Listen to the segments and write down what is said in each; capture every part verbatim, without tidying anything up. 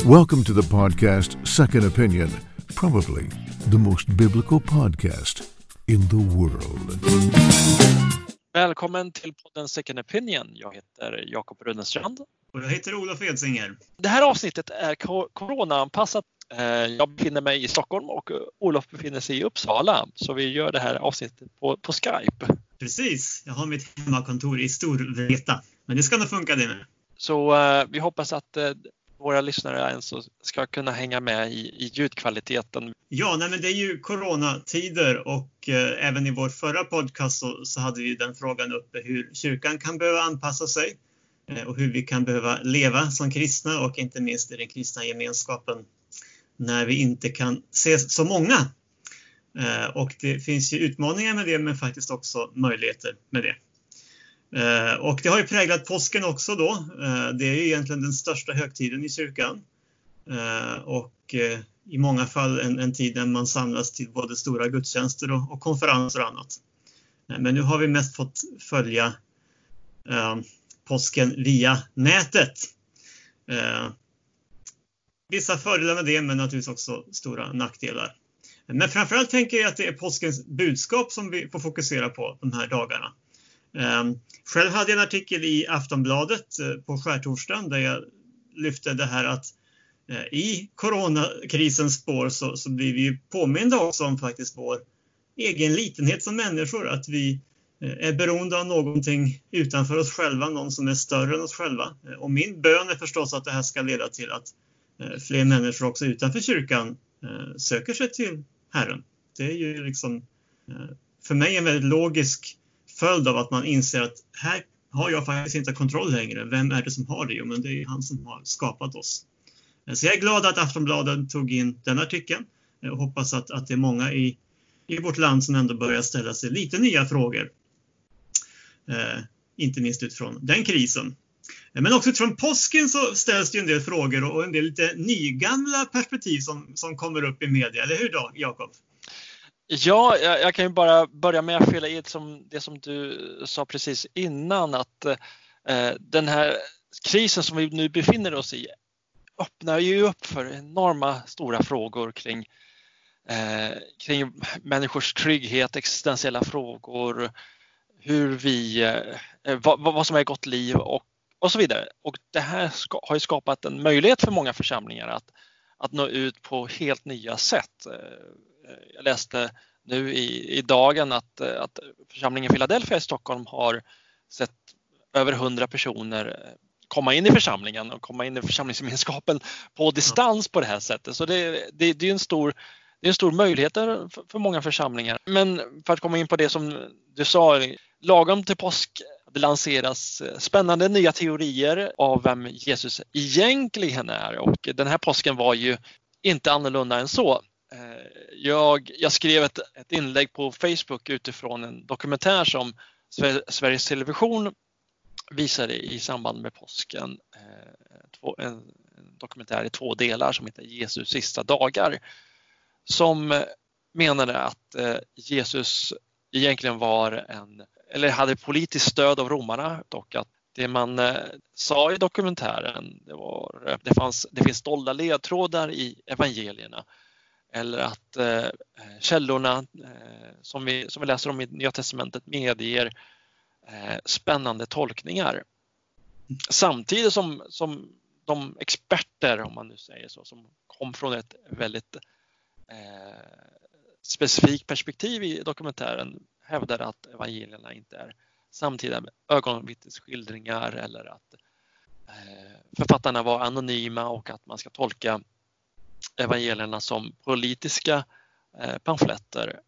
Welcome to the podcast Second Opinion, probably the most biblical podcast in the world. Välkommen till podden Second Opinion. Jag heter Jakob Rudenstrand. Och jag heter Olof Edsinger. Det här avsnittet är corona-anpassat. Jag befinner mig i Stockholm och Olof befinner sig i Uppsala. Så vi gör det här avsnittet på, på Skype. Precis, jag har mitt hemmakontor i Storvreta. Men det ska nog funka det med. Så uh, vi hoppas att uh, våra lyssnare ens ska kunna hänga med i, i ljudkvaliteten. Ja, nej, men det är ju coronatider och eh, även i vår förra podcast så, så hade vi den frågan uppe hur kyrkan kan behöva anpassa sig eh, och hur vi kan behöva leva som kristna och inte minst i den kristna gemenskapen när vi inte kan se så många. Eh, och det finns ju utmaningar med det men faktiskt också möjligheter med det. Eh, och det har ju präglat påsken också då. Eh, det är ju egentligen den största högtiden i kyrkan. Eh, och eh, i många fall en, en tid när man samlas till både stora gudstjänster och, och konferenser och annat. Eh, men nu har vi mest fått följa eh, påsken via nätet. Eh, vissa fördelar med det men naturligtvis också stora nackdelar. Men framförallt tänker jag att det är påskens budskap som vi får fokusera på de här dagarna. Um, själv hade jag en artikel i Aftonbladet uh, på skärtorsdagen där jag lyfte det här att uh, i coronakrisens spår så, så blir vi påminda också om faktiskt vår egen litenhet som människor, att vi uh, är beroende av någonting utanför oss själva, någon som är större än oss själva. Uh, och min bön är förstås att det här ska leda till att uh, fler människor också utanför kyrkan uh, söker sig till Herren. Det är ju liksom uh, för mig en väldigt logisk följd av att man inser att här har jag faktiskt inte kontroll längre. Vem är det som har det? Jo, men det är han som har skapat oss. Så jag är glad att Aftonbladet tog in den artikeln. Jag hoppas att, att det är många i, i vårt land som ändå börjar ställa sig lite nya frågor. Eh, inte minst utifrån den krisen. Men också utifrån påsken så ställs det en del frågor och en del lite nygamla perspektiv som, som kommer upp i media. Eller hur då, Jakob? Ja, jag, jag kan ju bara börja med att fylla i det som, det som du sa precis innan, att eh, den här krisen som vi nu befinner oss i öppnar ju upp för enorma stora frågor kring, eh, kring människors trygghet, existentiella frågor, hur vi, eh, vad, vad som är gott liv och, och så vidare. Och det här ska, har ju skapat en möjlighet för många församlingar att, att nå ut på helt nya sätt. Jag läste nu i, i dagen att, att församlingen Philadelphia i Stockholm har sett över hundra personer komma in i församlingen och komma in i församlingsgemenskapen på distans på det här sättet. Så det, det, det är en stor, det är en stor möjlighet för, för många församlingar. Men för att komma in på det som du sa, lagom till påsk det lanseras spännande nya teorier av vem Jesus egentligen är. Och den här påsken var ju inte annorlunda än så. Jag, jag skrev ett, ett inlägg på Facebook utifrån en dokumentär som Sveriges Television visade i samband med påsken. En, en dokumentär i två delar som heter Jesus sista dagar. Som menade att Jesus egentligen var en, eller hade politiskt stöd av romarna. Och att det man sa i dokumentären, det, var, det, fanns, det finns dolda ledtrådar i evangelierna. Eller att eh, källorna eh, som, vi, som vi läser om i Nya testamentet medger eh, spännande tolkningar. Samtidigt som, som de experter, om man nu säger så, som kom från ett väldigt eh, specifikt perspektiv i dokumentären hävdar att evangelierna inte är samtida ögonvittnesskildringar eller att eh, författarna var anonyma och att man ska tolka evangelierna som politiska eh, pamfletter.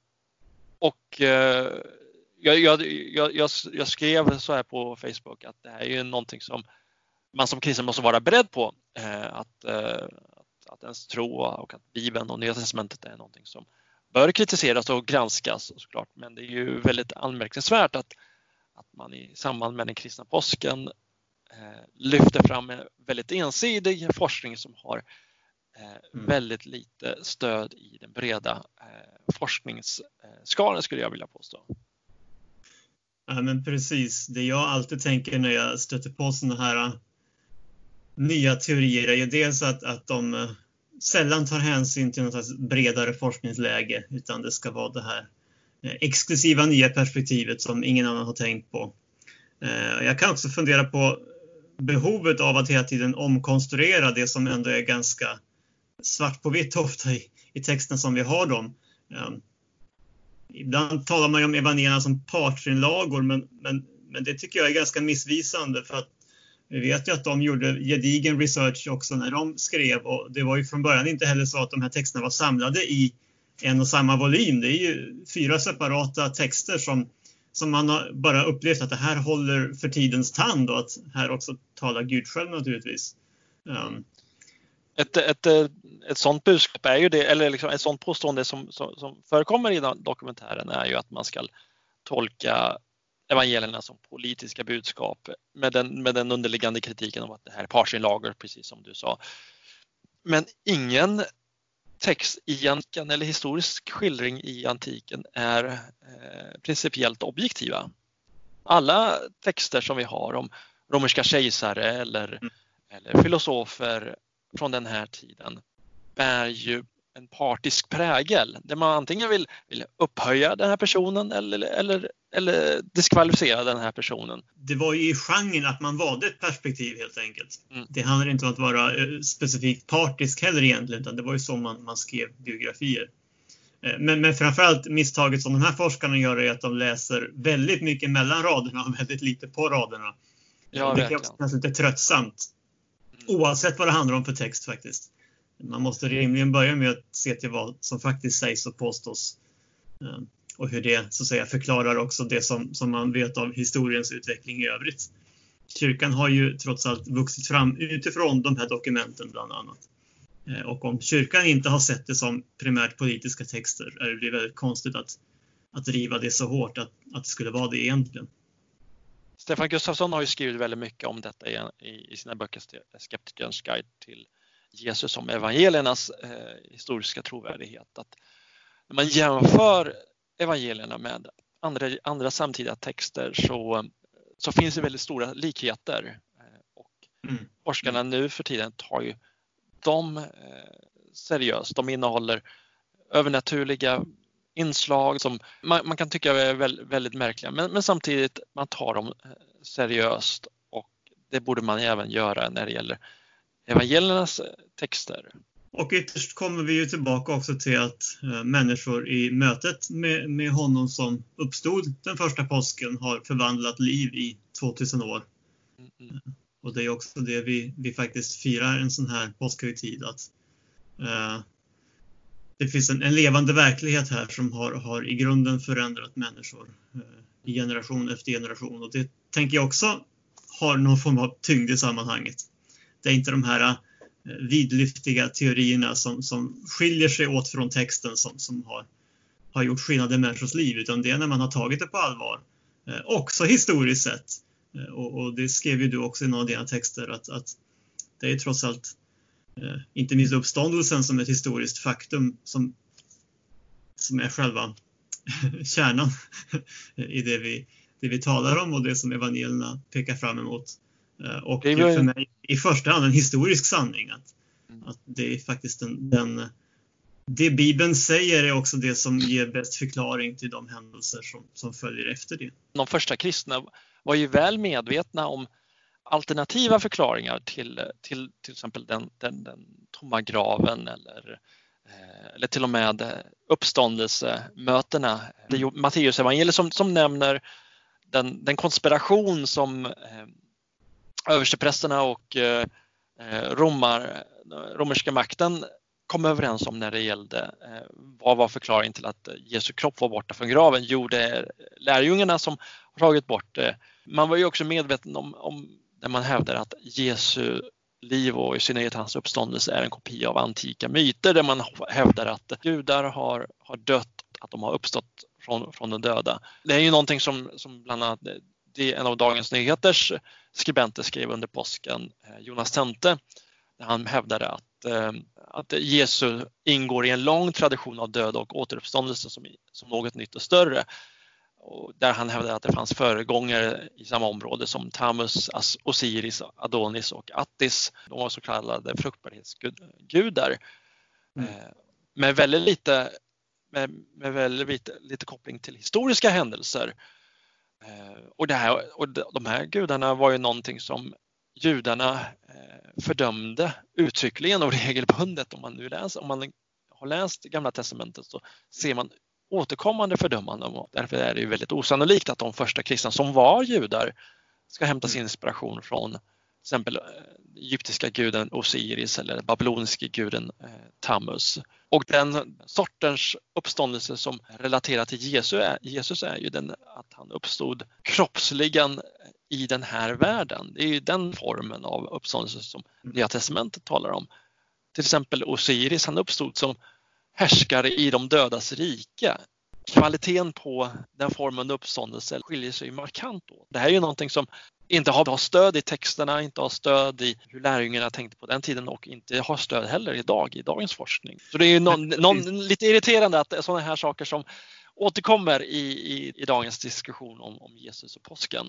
Och eh, jag, jag, jag, jag skrev så här på Facebook att det här är ju någonting som man som kristen måste vara beredd på. Eh, att, eh, att, att ens tro och att Bibeln och Nya testamentet är någonting som bör kritiseras och granskas såklart. Men det är ju väldigt anmärkningsvärt att, att man i samband med den kristna påsken eh, lyfter fram en väldigt ensidig forskning som har Mm. väldigt lite stöd i den breda eh, forskningsskalan skulle jag vilja påstå. Ja, men precis. Det jag alltid tänker när jag stöter på sådana här nya teorier är ju dels att, att de sällan tar hänsyn till något bredare forskningsläge, utan det ska vara det här exklusiva nya perspektivet som ingen annan har tänkt på. Jag kan också fundera på behovet av att hela tiden omkonstruera det som ändå är ganska svart på vitt ofta i, i texten som vi har dem. Um, ibland talar man ju om evangelierna som partsinlagor, men, men, men det tycker jag är ganska missvisande, för att vi vet ju att de gjorde gedigen research också när de skrev, och det var ju från början inte heller så att de här texterna var samlade i en och samma volym. Det är ju fyra separata texter som, som man har bara upplevt att det här håller för tidens tand, och att här också talar Gud själv naturligtvis. Um, Ett, ett, ett sånt budskap är ju det, eller liksom ett sånt påstående som, som, som förekommer i dokumentären är ju att man ska tolka evangelierna som politiska budskap med den, med den underliggande kritiken om att det här är partsinlagor, precis som du sa. Men ingen text i antiken eller historisk skildring i antiken är eh, principiellt objektiva. Alla texter som vi har om romerska kejsare eller, mm. eller filosofer från den här tiden bär ju en partisk prägel där man antingen vill, vill upphöja den här personen eller, eller, eller diskvalificera den här personen. Det var ju i genren att man valde ett perspektiv helt enkelt. Mm. Det handlar inte om att vara specifikt partisk heller egentligen, utan det var ju så man, man skrev biografier. Men, men framförallt misstaget som de här forskarna gör är att de läser väldigt mycket mellan raderna och väldigt lite på raderna. Ja, det är också lite tröttsamt. Oavsett vad det handlar om för text faktiskt. Man måste rimligen börja med att se till vad som faktiskt sägs och påstås. Och hur det så att säga förklarar också det som, som man vet av historiens utveckling i övrigt. Kyrkan har ju trots allt vuxit fram utifrån de här dokumenten bland annat. Och om kyrkan inte har sett det som primärt politiska texter är det väldigt konstigt att, att driva det så hårt att, att det skulle vara det egentligen. Stefan Gustafsson har ju skrivit väldigt mycket om detta i, i sina böcker Skeptikerns guide till Jesus om evangeliernas eh, historiska trovärdighet. Att när man jämför evangelierna med andra, andra samtida texter så, så finns det väldigt stora likheter. Och mm. forskarna nu för tiden tar ju dem eh, seriöst. De innehåller övernaturliga inslag som man, man kan tycka är väldigt, väldigt märkliga, men, men samtidigt man tar dem seriöst, och det borde man även göra när det gäller evangeliernas texter. Och ytterst kommer vi ju tillbaka också till att äh, människor i mötet med, med honom som uppstod den första påsken har förvandlat liv i tvåtusen år. Mm. Och det är också det vi, vi faktiskt firar en sån här påskhögtid, att äh, det finns en, en levande verklighet här som har, har i grunden förändrat människor eh, i generation efter generation. Och det tänker jag också har någon form av tyngd i sammanhanget. Det är inte de här eh, vidlyftiga teorierna som, som skiljer sig åt från texten som, som har, har gjort skillnad i människors liv, utan det är när man har tagit det på allvar. Eh, också historiskt sett. Eh, och, och det skrev ju du också i några av dina texter, att, att det är trots allt Eh, inte minst uppståndelsen som ett historiskt faktum som, som är själva kärnan i det vi, det vi talar om och det som evangelierna pekar fram emot. Eh, och det är för mig i första hand en historisk sanning att, att det är faktiskt den, den det Bibeln säger är också det som ger bäst förklaring till de händelser som, som följer efter det. De första kristna var ju väl medvetna om alternativa förklaringar till till, till exempel den, den, den tomma graven eller, eh, eller till och med uppståndelsemötena. Det är Matteus evangeliet som, som nämner den, den konspiration som eh, översteprästerna och eh, romar, romerska makten kom överens om när det gällde eh, vad var förklaringen till att Jesu kropp var borta från graven. Jo, det är lärjungarna som har tagit bort det. Man var ju också medveten om, om när man hävdar att Jesu liv och i synnerhet hans uppståndelse är en kopia av antika myter, där man hävdar att judar har, har dött, att de har uppstått från, från de döda. Det är ju någonting som, som bland annat det är en av Dagens Nyheters skribenter skrev under påsken, Jonas Tente, där han hävdade att, att Jesus ingår i en lång tradition av död och återuppståndelse som, som något nytt och större. och där han hävdade att det fanns föregångare i samma område som Tammuz, Osiris, Adonis och Attis. De var så kallade fruktbarhetsgudar. Mm. Med väldigt lite, med, med väldigt lite, lite koppling till historiska händelser. Och, det här, och de här gudarna var ju någonting som judarna fördömde uttryckligen och regelbundet. Om man nu läser, om man har läst Gamla testamentet så ser man återkommande fördömanden. Därför är det ju väldigt osannolikt att de första kristna som var judar ska hämta sin inspiration från till exempel egyptiska guden Osiris eller babyloniska guden Tammuz. Och den sortens uppståndelse som relaterar till Jesus är, Jesus är ju den att han uppstod kroppsligen i den här världen. Det är ju den formen av uppståndelse som Nya testamentet talar om. Till exempel Osiris, han uppstod som härskare i de dödas rike. Kvaliteten på den formen av uppståndelse skiljer sig markant åt. Det här är ju någonting som inte har stöd i texterna, inte har stöd i hur lärjungarna tänkte på den tiden och inte har stöd heller idag i dagens forskning. Så det är ju någon, någon, lite irriterande att sådana här saker som återkommer i, i, i dagens diskussion om, om Jesus och påsken.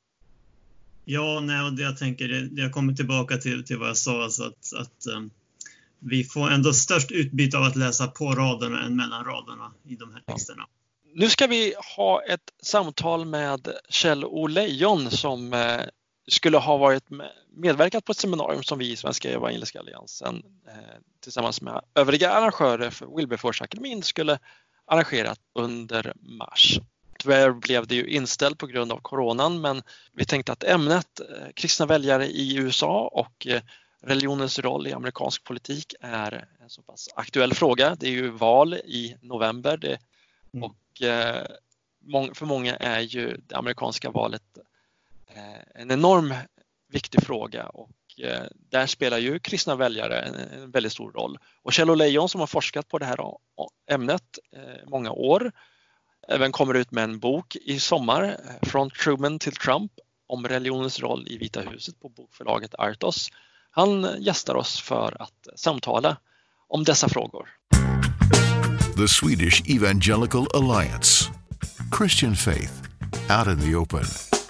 Ja, nej, och det jag tänker, det, jag kommer tillbaka till, till vad jag sa, alltså att, att um, vi får ändå störst utbyte av att läsa på raderna än mellan raderna i de här texterna. Ja. Nu ska vi ha ett samtal med Kjell O. Lejon som eh, skulle ha varit med, medverkat på ett seminarium som vi i Svenska Evangeliska Alliansen eh, tillsammans med övriga arrangörer för Wilberforce-akademin skulle arrangerat under mars. Tyvärr blev det ju inställt på grund av coronan, men vi tänkte att ämnet eh, kristna väljare i U S A och eh, religionens roll i amerikansk politik är en så pass aktuell fråga. Det är ju val i november det, mm. och eh, för många är ju det amerikanska valet eh, en enorm viktig fråga och eh, där spelar ju kristna väljare en, en väldigt stor roll. Och Kjell O. Lejon som har forskat på det här ämnet eh, många år även kommer ut med en bok i sommar, Från Truman till Trump, om religionens roll i Vita huset på bokförlaget Artos. Han gästar oss för att samtala om dessa frågor. The Swedish Evangelical Alliance. Christian faith out in the open.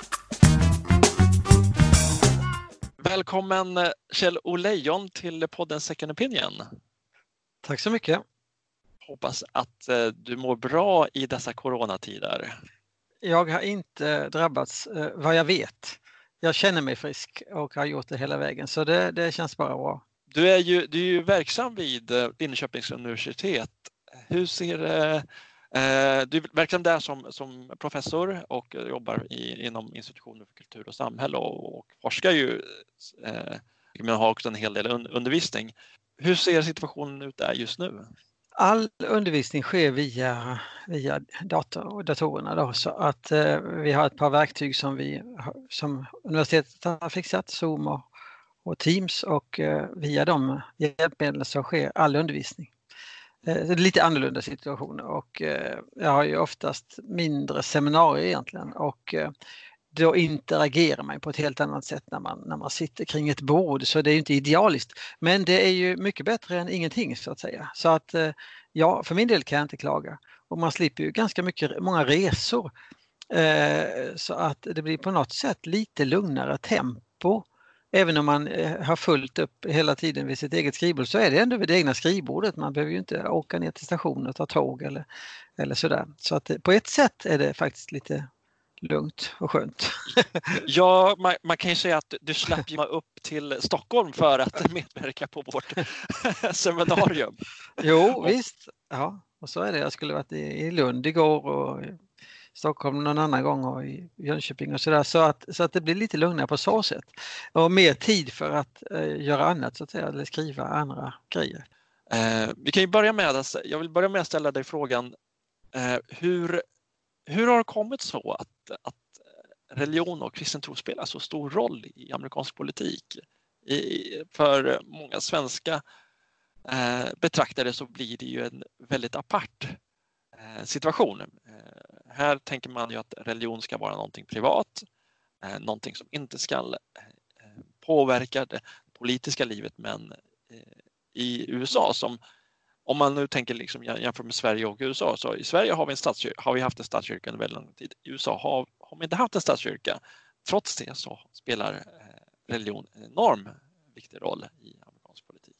Välkommen Kjell O. Lejon till podden Second Opinion. Tack så mycket. Hoppas att du mår bra i dessa coronatider. Jag har inte drabbats vad jag vet. Jag känner mig frisk och har gjort det hela vägen, så det, det känns bara bra. Du är ju, du är ju verksam vid Linköpings universitet. Hur ser eh, du är verksam där som, som professor och jobbar i, inom institutioner för kultur och samhälle och, och forskar ju, eh, men har också en hel del un, undervisning. Hur ser situationen ut där just nu? All undervisning sker via, via dator och datorerna då, så att eh, vi har ett par verktyg som vi som universitetet har fixat, Zoom och, och Teams, och eh, via de hjälpmedel så sker all undervisning. Eh, det är lite annorlunda situationer och eh, jag har ju oftast mindre seminarier egentligen och eh, då interagerar man på ett helt annat sätt när man, när man sitter kring ett bord, så det är ju inte idealiskt. Men det är ju mycket bättre än ingenting så att säga. Så att ja, för min del kan jag inte klaga. Och man slipper ju ganska mycket, många resor. Eh, så att det blir på något sätt lite lugnare tempo. Även om man eh, har fullt upp hela tiden vid sitt eget skrivbord så är det ändå vid det egna skrivbordet. Man behöver ju inte åka ner till stationen och ta tåg eller, eller sådär. Så att på ett sätt är det faktiskt lite lugnt och skönt. Ja, man, man kan ju säga att du slapp ju upp till Stockholm för att medverka på vårt seminarium. Jo, och visst. Ja, och så är det. Jag skulle varit i Lund igår och i Stockholm någon annan gång och i Jönköping och sådär. Så att, så att det blir lite lugnare på så sätt. Och mer tid för att eh, göra annat så att säga, eller skriva andra grejer. Eh, vi kan ju börja med, alltså, jag vill börja med att ställa dig frågan eh, hur Hur har det kommit så att, att religion och kristen tro spelar så stor roll i amerikansk politik? I, för många svenska eh, betraktare så blir det ju en väldigt apart eh, situation. Eh, här tänker man ju att religion ska vara någonting privat, eh, någonting som inte ska eh, påverka det politiska livet, men eh, i U S A som om man nu tänker liksom jämfört med Sverige och U S A, så i Sverige har vi, en statskyrka, har vi haft en statskyrka under väldigt lång tid. I U S A har, har vi inte haft en statskyrka. Trots det så spelar religion en enorm viktig roll i amerikansk politik.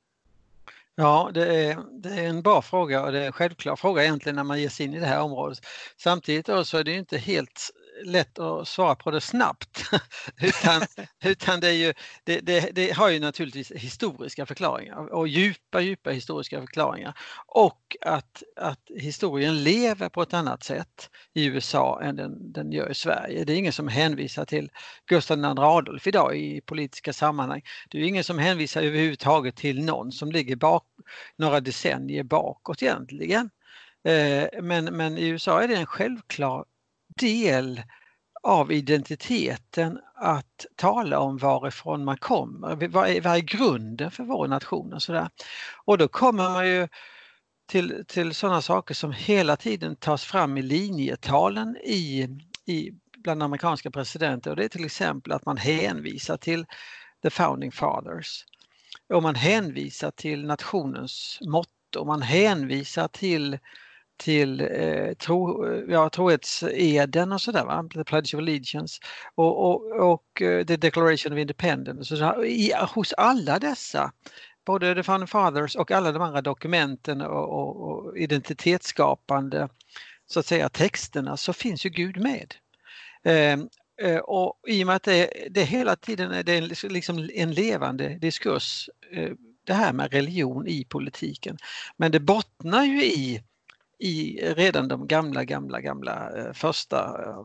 Ja, det är, det är en bra fråga och det är en självklar fråga egentligen när man ger sig in i det här området. Samtidigt då så är det ju inte helt lätt att svara på det snabbt. utan, utan det, är ju, det, det, det har ju naturligtvis historiska förklaringar och djupa, djupa historiska förklaringar. Och att, att historien lever på ett annat sätt i U S A än den, den gör i Sverige. Det är ingen som hänvisar till Gustav den andre Adolf idag i politiska sammanhang. Det är ingen som hänvisar överhuvudtaget till någon som ligger bak, några decennier bakåt egentligen. Men, men i U S A är det en självklar del av identiteten att tala om varifrån man kommer. Vad är, vad är grunden för vår nation och sådär. Och då kommer man ju till, till sådana saker som hela tiden tas fram i linjetalen i, i, bland amerikanska presidenter. Och det är till exempel att man hänvisar till the founding fathers. Och man hänvisar till nationens motto. Man hänvisar till till eh, tro, ja, trohetseden och sådär, va? The Pledge of Allegiance och, och, och The Declaration of Independence. Så i, hos alla dessa, både The Founding Fathers och alla de andra dokumenten och, och, och identitetsskapande så att säga texterna, så finns ju Gud med. Eh, eh, och i och med att det, det hela tiden är det är liksom en levande diskurs, eh, det här med religion i politiken. Men det bottnar ju i i redan de gamla, gamla, gamla eh, första eh,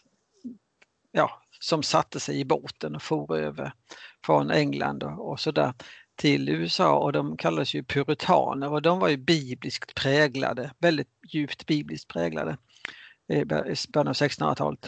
ja, som satte sig i båten och for över från England och, och sådär till U S A, och de kallas ju puritaner och de var ju bibliskt präglade, väldigt djupt bibliskt präglade i början av sextonhundratalet.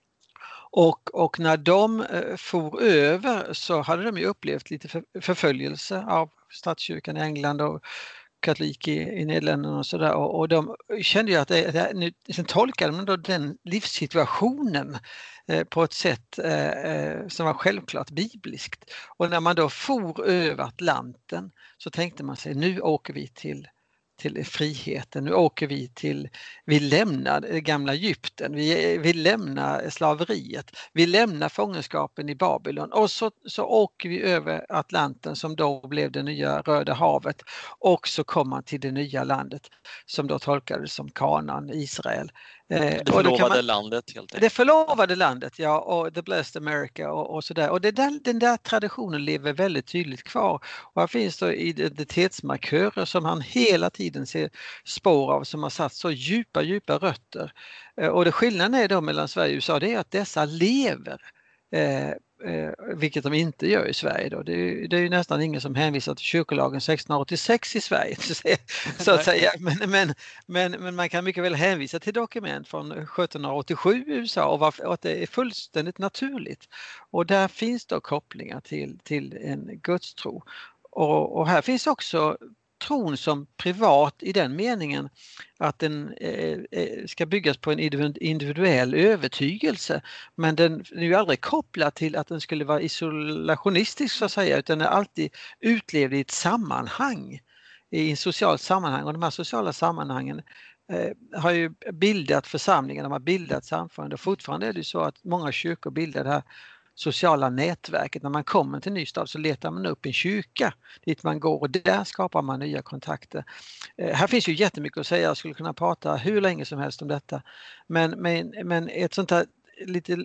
Och, och när de eh, for över så hade de ju upplevt lite för, förföljelse av statskyrkan i England och katolik i, i Nederländerna och sådär, och, och de kände ju att det, det, nu, sen tolkade man då den livssituationen eh, på ett sätt eh, som var självklart bibliskt. Och när man då for över Atlanten så tänkte man sig, nu åker vi till till friheten, nu åker vi till, vi lämnar det gamla Egypten, vi, vi lämnar slaveriet, vi lämnar fångenskapen i Babylon och så, så åker vi över Atlanten som då blev det nya Röda havet, och så kommer man till det nya landet som då tolkades som Kanaan, Israel. Det förlovade man, landet helt enkelt. Det förlovade landet, ja, och The Blessed America och, och sådär. Och det där, den där traditionen lever väldigt tydligt kvar. Och här finns då identitetsmarkörer som han hela tiden ser spår av, som har satt så djupa, djupa rötter. Och det skillnaden är då mellan Sverige och U S A, det är att dessa lever. Eh, eh, vilket de inte gör i Sverige då. Det är, det är ju nästan ingen som hänvisar till kyrkolagen sextonhundraåttiosex i Sverige så att säga. Men, men, men, men man kan mycket väl hänvisa till dokument från sjuttonhundraåttiosju i U S A och, varför, och att det är fullständigt naturligt. Och där finns då kopplingar till, till en gudstro. Och, och här finns också tron som privat i den meningen att den eh, ska byggas på en individuell övertygelse, men den är ju aldrig kopplad till att den skulle vara isolationistisk så att säga, utan den är alltid utlevd i ett sammanhang, i en socialt sammanhang, och de här sociala sammanhangen eh, har ju bildat församlingar, de har bildat samfund, och fortfarande är det så att många kyrkor bildar det här sociala nätverket. När man kommer till en ny stad så letar man upp en kyrka dit man går, och där skapar man nya kontakter. Eh, här finns ju jättemycket att säga, jag skulle kunna prata hur länge som helst om detta. Men, men, men ett sånt här lite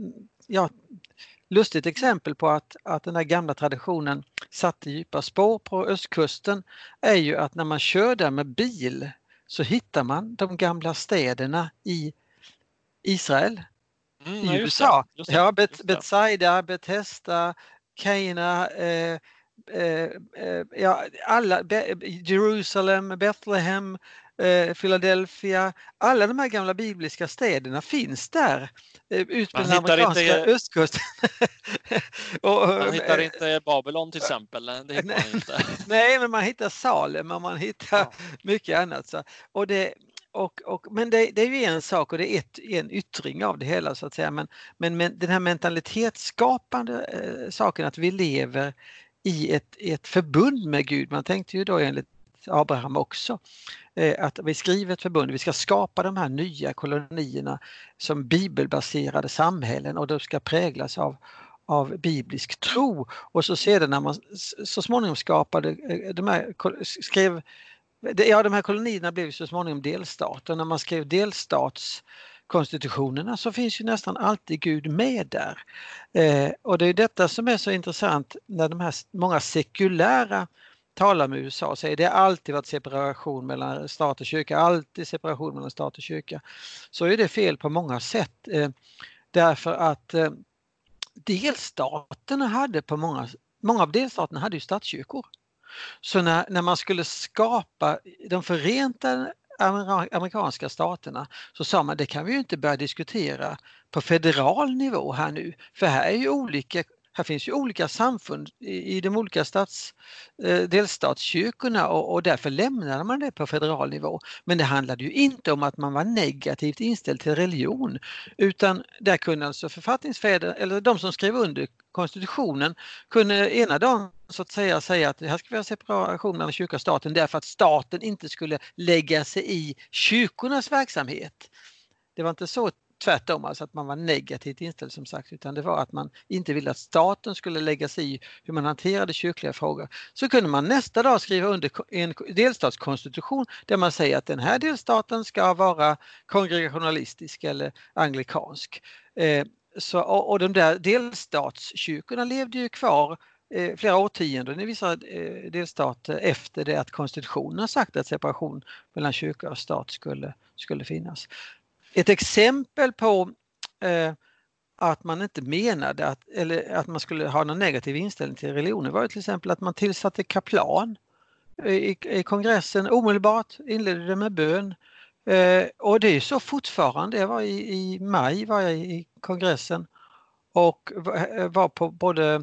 ja, lustigt exempel på att, att den här gamla traditionen satte djupa spår på östkusten är ju att när man kör där med bil så hittar man de gamla städerna i Israel. Mm, I U S A. Just det, ja, Bet- Bethsaida, Bethesda, Cana, eh, eh, ja, alla, Be- Jerusalem, Bethlehem, eh, Philadelphia, alla de här gamla bibliska städerna finns där eh, ut på den amerikanska inte, östkusten. och, man hittar eh, inte Babylon till exempel, det hittar nej, man inte. Nej, men man hittar Salem och man hittar ja. mycket annat. Så. Och det Och, och, men det, det är ju en sak och det är ett, en yttring av det hela så att säga. Men, men, men den här mentalitetsskapande eh, saken att vi lever i ett, ett förbund med Gud. Man tänkte ju då enligt Abraham också. Att vi skriver ett förbund, vi ska skapa de här nya kolonierna som bibelbaserade samhällen och de ska präglas av, av biblisk tro. Och så sedan när man så småningom skapade, de här, skrev, ja de här kolonierna blev så småningom delstater. När man skrev delstatskonstitutionerna så finns ju nästan alltid Gud med där. Eh, och det är detta som är så intressant när de här många sekulära talar med U S A och säger det har alltid varit separation mellan stat och kyrka, alltid separation mellan stat och kyrka. Så är det fel på många sätt. Eh, därför att eh, delstaterna hade på många, många av delstaterna hade ju statskyrkor. Så när, när man skulle skapa de förenta amerikanska staterna så sa man det kan vi ju inte börja diskutera på federal nivå här nu. För här är ju olika, här finns ju olika samfund i, i de olika stats, eh, delstatskyrkorna och, och därför lämnade man det på federal nivå. Men det handlade ju inte om att man var negativt inställd till religion utan där kunde alltså författningsfäder eller de som skrev under konstitutionen kunde ena dagen så att säga säga att här ska vi ha separation mellan kyrka och staten därför att staten inte skulle lägga sig i kyrkornas verksamhet. Det var inte så tvärtom alltså att man var negativt inställd som sagt utan det var att man inte ville att staten skulle lägga sig i hur man hanterade kyrkliga frågor. Så kunde man nästa dag skriva under en delstatskonstitution där man säger att den här delstaten ska vara kongregationalistisk eller anglikansk. Eh, Så, och, och de där delstatskyrkorna levde ju kvar eh, flera årtionden i vissa eh, delstater efter det att konstitutionen sagt att separation mellan kyrka och stat skulle, skulle finnas. Ett exempel på eh, att man inte menade att, eller att man skulle ha någon negativ inställning till religionen var till exempel att man tillsatte kaplan i, i kongressen omedelbart, inledde det med bön. Eh, och det är så fortfarande, jag var i, i maj var jag i kongressen och var, var på både,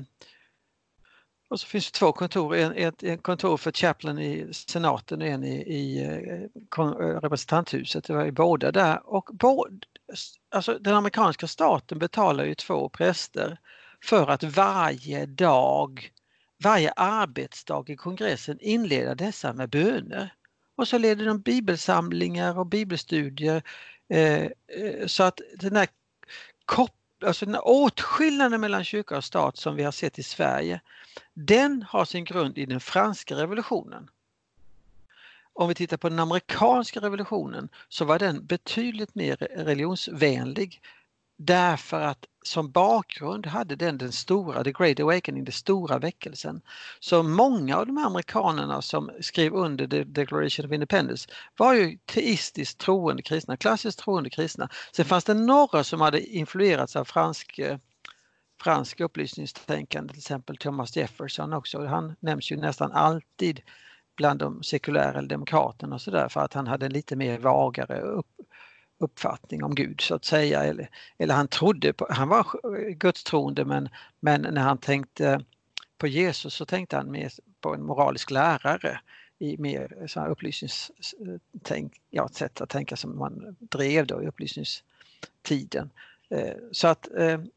och så finns det två kontor, en, ett, en kontor för chaplain i senaten och en i, i kon, representanthuset, det var i båda där och både, alltså den amerikanska staten betalar ju två präster för att varje dag, varje arbetsdag i kongressen inleda dessa med böner. Och så leder de bibelsamlingar och bibelstudier eh, så att den här, kop, alltså den här åtskillnaden mellan kyrka och stat som vi har sett i Sverige, den har sin grund i den franska revolutionen. Om vi tittar på den amerikanska revolutionen så var den betydligt mer religionsvänlig därför att som bakgrund hade den den stora, the Great Awakening, den stora väckelsen. Så många av de här amerikanerna som skrev under the Declaration of Independence var ju teistiskt troende kristna, klassiskt troende kristna. Sen fanns det några som hade influerats av fransk, fransk upplysningstänkande, till exempel Thomas Jefferson också. Han nämns ju nästan alltid bland de sekulära eller demokraterna och sådär för att han hade en lite mer vagare upp uppfattning om Gud så att säga eller, eller han trodde på, han var gudstroende men, men när han tänkte på Jesus så tänkte han mer på en moralisk lärare i mer så här upplysningstänk, ja, ett sätt att tänka som man drev då i upplysningstiden. Så att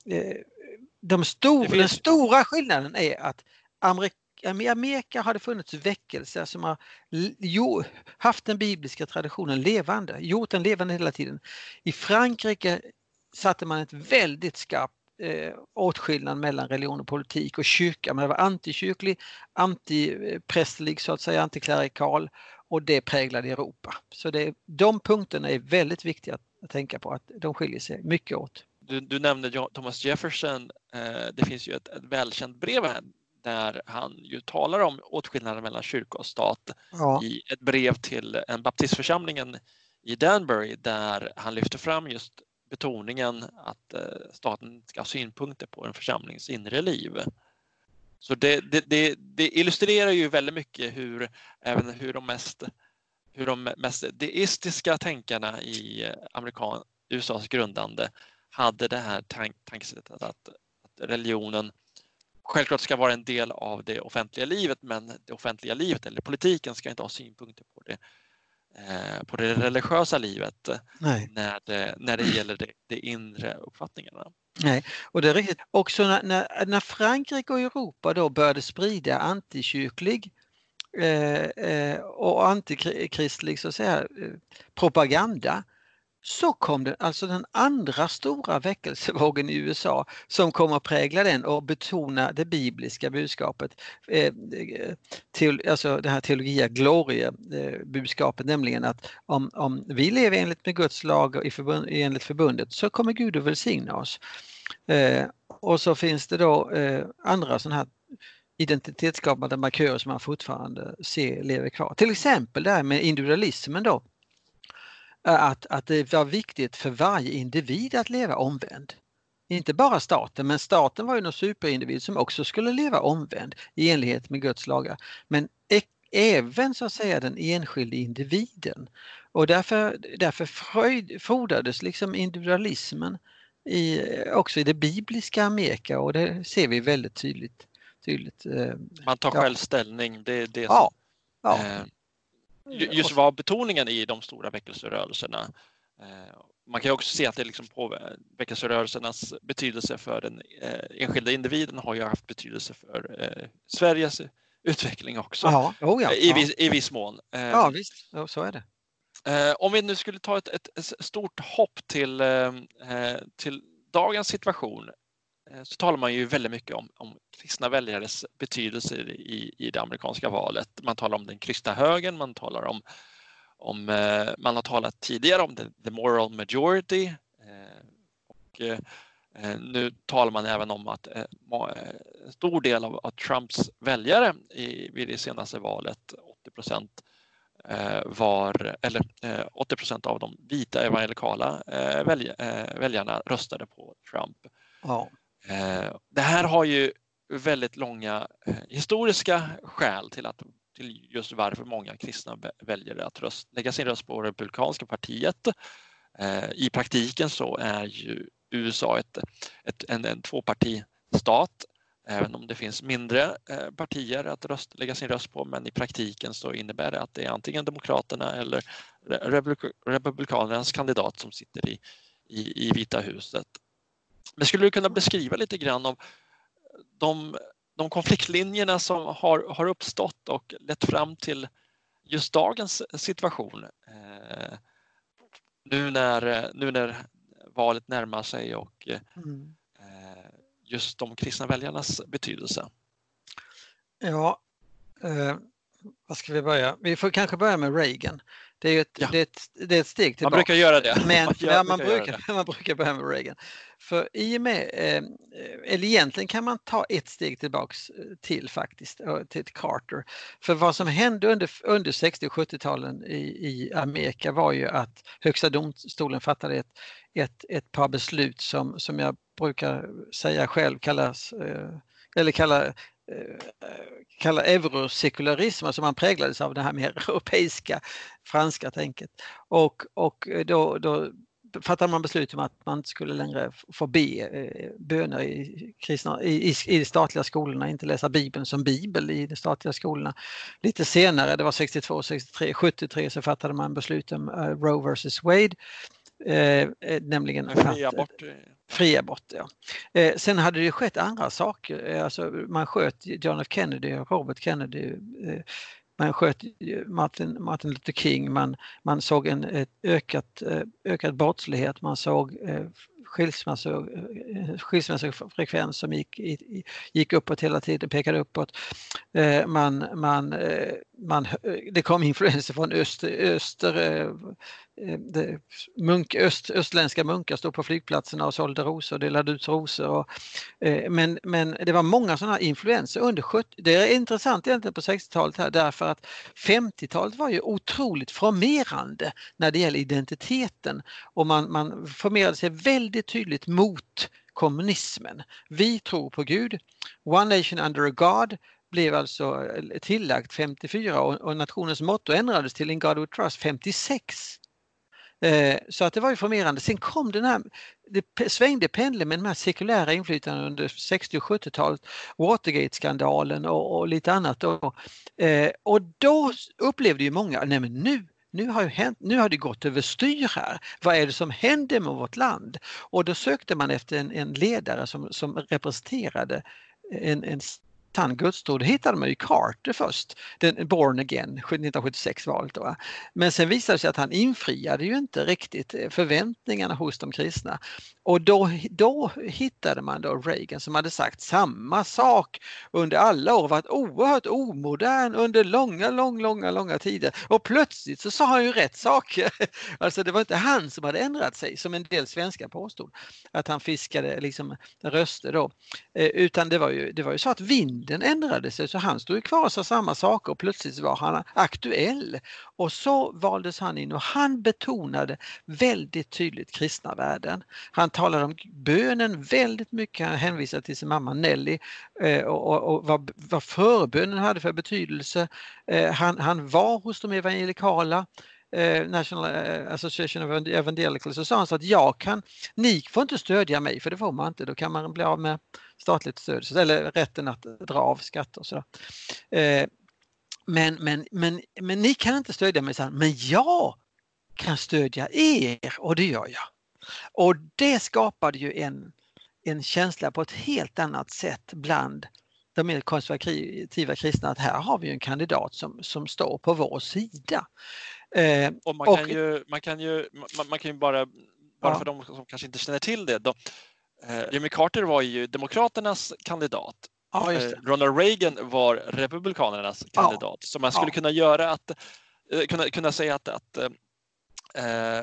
de stor, den stora skillnaden är att Amerika I Amerika har det funnits väckelser som har jo, haft den bibliska traditionen levande, gjort den levande hela tiden. I Frankrike satte man ett väldigt skarpt eh, åtskillnad mellan religion och politik och kyrka. Men det var antikyrklig, antiprästlig så att säga, antiklerikal och det präglade Europa. Så det, de punkterna är väldigt viktiga att tänka på, att de skiljer sig mycket åt. Du, du nämnde Thomas Jefferson, eh, det finns ju ett, ett välkänt brev här där han ju talar om åtskillnaden mellan kyrka och stat ja. I ett brev till en baptistförsamlingen i Danbury där han lyfter fram just betoningen att staten ska ha synpunkter på en församlings inre liv. Så det, det, det, det illustrerar ju väldigt mycket hur även hur de mest hur de mest deistiska tänkarna i amerikan, U S A:s grundande hade det här tank, tankesättet att, att religionen självklart ska vara en del av det offentliga livet, men det offentliga livet eller politiken ska inte ha synpunkter på det, eh, på det religiösa livet. Nej. När, det, när det gäller det, det inre uppfattningarna. Nej, och det är riktigt. Också när, när, när Frankrike och Europa då började sprida antikyrklig eh, eh, och antikristlig så att säga, propaganda, så kom det alltså den andra stora väckelsevågen i U S A som kommer att prägla den och betona det bibliska budskapet. Eh, teol, alltså det här teologia gloria eh, budskapet, nämligen att om, om vi lever enligt med Guds lag och i förbund, enligt förbundet, så kommer Gud att välsigna oss. Eh, och så finns det då eh, andra sådana här identitetsskapande markörer som man fortfarande ser lever kvar. Till exempel det här med individualismen då. Att, att det var viktigt för varje individ att leva omvänd. Inte bara staten, men staten var ju någon superindivid som också skulle leva omvänd i enlighet med Guds lagar. Men ä- även så att säga den enskilde individen. Och därför, därför fröjd, fordrades liksom individualismen i, också i det bibliska Amerika, och det ser vi väldigt tydligt. tydligt eh, Man tar ja. själv ställning, det är det som... Ja, ja. Eh, just var betoningen i de stora väckelserörelserna. Man kan också se att det liksom på väckelserörelsernas betydelse för den enskilda individen har ju haft betydelse för Sveriges utveckling också. Ja, oh ja, I, viss, i viss mån. Ja, visst, ja, så är det. Om vi nu skulle ta ett, ett stort hopp till, till dagens situation, så talar man ju väldigt mycket om, om kristna väljares betydelse i, i det amerikanska valet. Man talar om den kristna högern, man talar om, om man har talat tidigare om the, the moral majority, eh, och eh, nu talar man även om att eh, en stor del av, av Trumps väljare i, vid det senaste valet, åttio procent eh, var, eller eh, åttio procent av de vita evangelikala eh, välj, eh, väljarna röstade på Trump. Ja. Det här har ju väldigt långa historiska skäl till, att, till just varför många kristna väljer att röst, lägga sin röst på Republikanska partiet. I praktiken så är ju U S A ett, ett, en, en tvåpartistat, även om det finns mindre partier att röst, lägga sin röst på, men i praktiken så innebär det att det är antingen Demokraterna eller Republikanernas kandidat som sitter i, i, i Vita huset. Men skulle du kunna beskriva lite grann om de, de konfliktlinjerna som har, har uppstått och lett fram till just dagens situation eh, nu, när, nu när valet närmar sig och mm. eh, just de kristna väljarnas betydelse? Ja, eh, vad ska vi börja? Vi får kanske börja med Reagan. Det är, ett, ja. det, är ett, det är ett steg tillbaka. Man brukar göra det. Men man, ja, man, brukar, man brukar börja med Reagan. För i och med, eh, eller egentligen kan man ta ett steg tillbaks till faktiskt, till Carter. För vad som hände under, under sextio- och sjuttio-talen i, i Amerika var ju att högsta domstolen fattade ett, ett, ett par beslut som, som jag brukar säga själv kallas, eh, eller kallar kallar eurosekularism, alltså man präglades av det här mer europeiska franska tänket, och, och då, då fattade man beslut om att man inte skulle längre få be eh, böner i, kristna, i, i, i de statliga skolorna, inte läsa Bibeln som Bibel i de statliga skolorna. Lite senare, det var sextiotvå, sextiotre, sjuttiotre, så fattade man beslut om uh, Roe versus Wade. Eh, nämligen fri abort. Fri abort, ja. Eh, sen hade det skett andra saker. Alltså, man sköt John F. Kennedy och Robert Kennedy. Eh, man sköt Martin, Martin Luther King. Man, man såg en ett ökat, ökad brottslighet. Man såg eh, skilsmässofrekvens som gick, i, gick uppåt hela tiden, pekade uppåt. Eh, man, man, eh, man, det kom influenser från öster, öster eh, det, munk, öst, östländska munkar stod på flygplatserna och sålde rosor och delade ut rosor. Och, eh, men, men det var många sådana influenser under sjuttio. Det är intressant egentligen på sextiotalet här, därför att femtiotalet var ju otroligt formerande när det gäller identiteten, och man, man formerade sig väldigt tydligt mot kommunismen. Vi tror på Gud. One nation under a God blev alltså tillagt femtiofyra, och, och nationens motto ändrades till In God We Trust femtiosex. Eh, så att det var ju formerande. Sen kom den här, det svängde pendeln med de här sekulära inflytanden under sextio- och sjuttiotalet, Watergate-skandalen och, och lite annat. Då. Eh, och då upplevde ju många, nej men nu Nu har, hänt, nu har det gått överstyr här. Vad är det som händer med vårt land? Och då sökte man efter en, en ledare som, som representerade en, en sann gudstro, då hittade man ju Carter först, den born again, nittonhundrasjuttiosex-valet då. Men sen visade det sig att han infriade ju inte riktigt förväntningarna hos de kristna. Och då, då hittade man då Reagan som hade sagt samma sak under alla år, varit oerhört omodern under långa, långa, långa, långa tider. Och plötsligt så sa han ju rätt saker. Alltså det var inte han som hade ändrat sig, som en del svenskar påstod, att han fiskade liksom röster då. Utan det var ju, det var ju så att vinden ändrade sig, så han stod ju kvar och sa samma saker och plötsligt var han aktuell. Och så valdes han in och han betonade väldigt tydligt kristna värden. Han talade om bönen väldigt mycket, han hänvisade till sin mamma Nelly eh, och, och, och vad, vad förbönen hade för betydelse. Eh, han, han var hos de evangelikala, eh, National Association of Evangelicals, och sa han så att jag kan, ni får inte stödja mig, för det får man inte, då kan man bli av med statligt stöd eller rätten att dra av skatter och sådär. Eh, men, men, men, men ni kan inte stödja mig, så men jag kan stödja er, och det gör jag. Och det skapade ju en, en känsla på ett helt annat sätt bland de mer konservativa kristna, att här har vi en kandidat som, som står på vår sida. Eh, och man kan och, ju, man kan ju, man, man kan ju bara, bara ja. för de som kanske inte känner till det, då, eh, Jimmy Carter var ju Demokraternas kandidat. Ja, just det. Eh, Ronald Reagan var Republikanernas kandidat. Ja. Så man skulle ja. kunna göra att, eh, kunna, kunna säga att, att eh,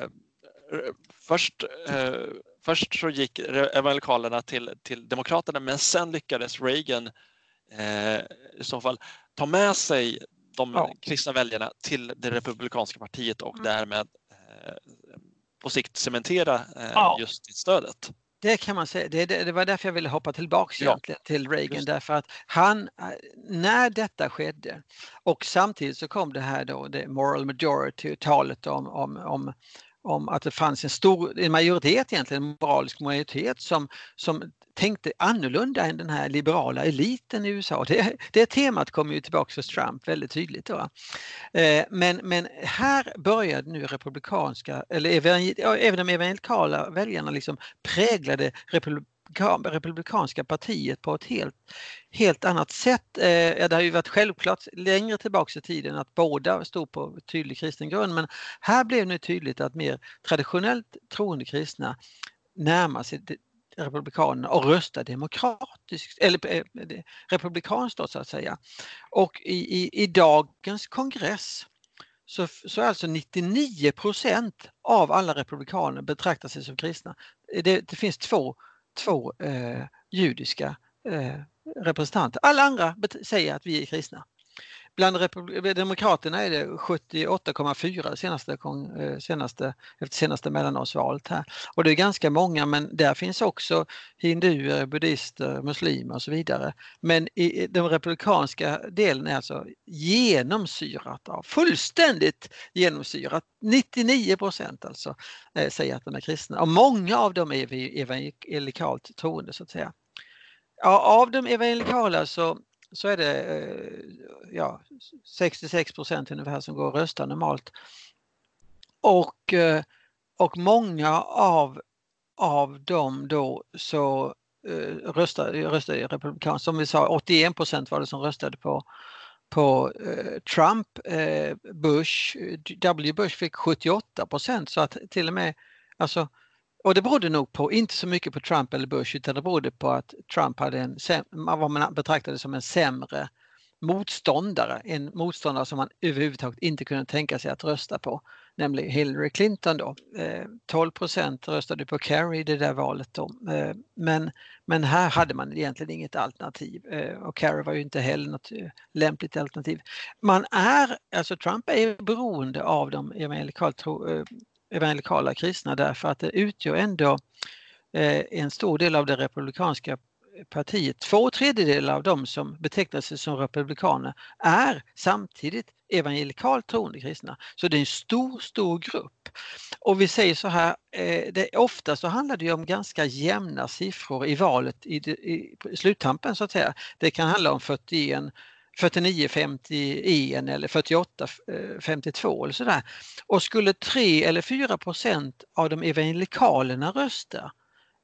Först, eh, först så gick evangelikalerna till, till demokraterna, men sen lyckades Reagan eh, i så fall ta med sig de ja. kristna väljarna till det republikanska partiet och mm. därmed eh, på sikt cementera eh, ja. just stödet. Det kan man säga. Det, det, det var därför jag ville hoppa tillbaka ja. egentligen till Reagan, därför att han, när detta skedde och samtidigt så kom det här då, det moral majority, talet om, om, om om att det fanns en stor en majoritet, egentligen en moralisk majoritet som, som tänkte annorlunda än den här liberala eliten i U S A. Det, det temat kommer ju tillbaka hos Trump väldigt tydligt då. Eh, men, men här började nu republikanska, eller även de evangelikala väljarna liksom präglade republikanska republikanska partiet på ett helt, helt annat sätt. Eh, det har ju varit självklart längre tillbaka i tiden att båda stod på tydlig kristen grund, men här blev det tydligt att mer traditionellt troende kristna närmar sig republikanerna och röstar demokratiskt, eller eh, republikanskt då, så att säga. Och i, i, i dagens kongress så, så är alltså nittionio procent av alla republikaner betraktar sig som kristna. Det, det finns två två eh, judiska eh, representanter. Alla andra säger att vi är kristna. Bland Repub- demokraterna är det sjuttioåtta komma fyra senaste, eh, senaste, efter senaste mellanårsvalet här. Och det är ganska många, men där finns också hinduer, buddhister, muslimer och så vidare. Men i den republikanska delen är alltså genomsyrat av, fullständigt genomsyrat. nittionio procent alltså eh, säger att de är kristna. Och många av dem är evangelikalt troende, så att säga. Ja, av de evangelikala så så är det ja, sextiosex procent ungefär som går och röstar normalt. Och, och många av, av dem då så röstar, röstar republikanskt. Som vi sa, åttioen procent var det som röstade på, på eh, Trump. Eh, Bush, W. Bush fick sjuttioåtta procent, så att till och med, alltså, och det berodde nog på, inte så mycket på Trump eller Bush, utan det berodde på att Trump hade en, vad man betraktade som en sämre motståndare, en motståndare som man överhuvudtaget inte kunde tänka sig att rösta på, nämligen Hillary Clinton då. Eh, tolv procent röstade på Kerry i det där valet då. Eh, men, men här hade man egentligen inget alternativ, eh, och Kerry var ju inte heller något eh, lämpligt alternativ. Man är, alltså Trump är beroende av de evangelikala eh, evangelikala kristna, därför att det utgör ändå eh, en stor del av det republikanska partiet. Två tredjedelar av dem som betecknar sig som republikaner är samtidigt evangelikalt troende kristna. Så det är en stor, stor grupp. Och vi säger så här, eh, det, ofta så handlar det om ganska jämna siffror i valet i, i, i sluttampen, så att säga. Det kan handla om fyrtioen fyrtionio femtioen eller fyrtioåtta femtiotvå eller sådär. Och skulle tre eller fyra procent av de evangelikalerna rösta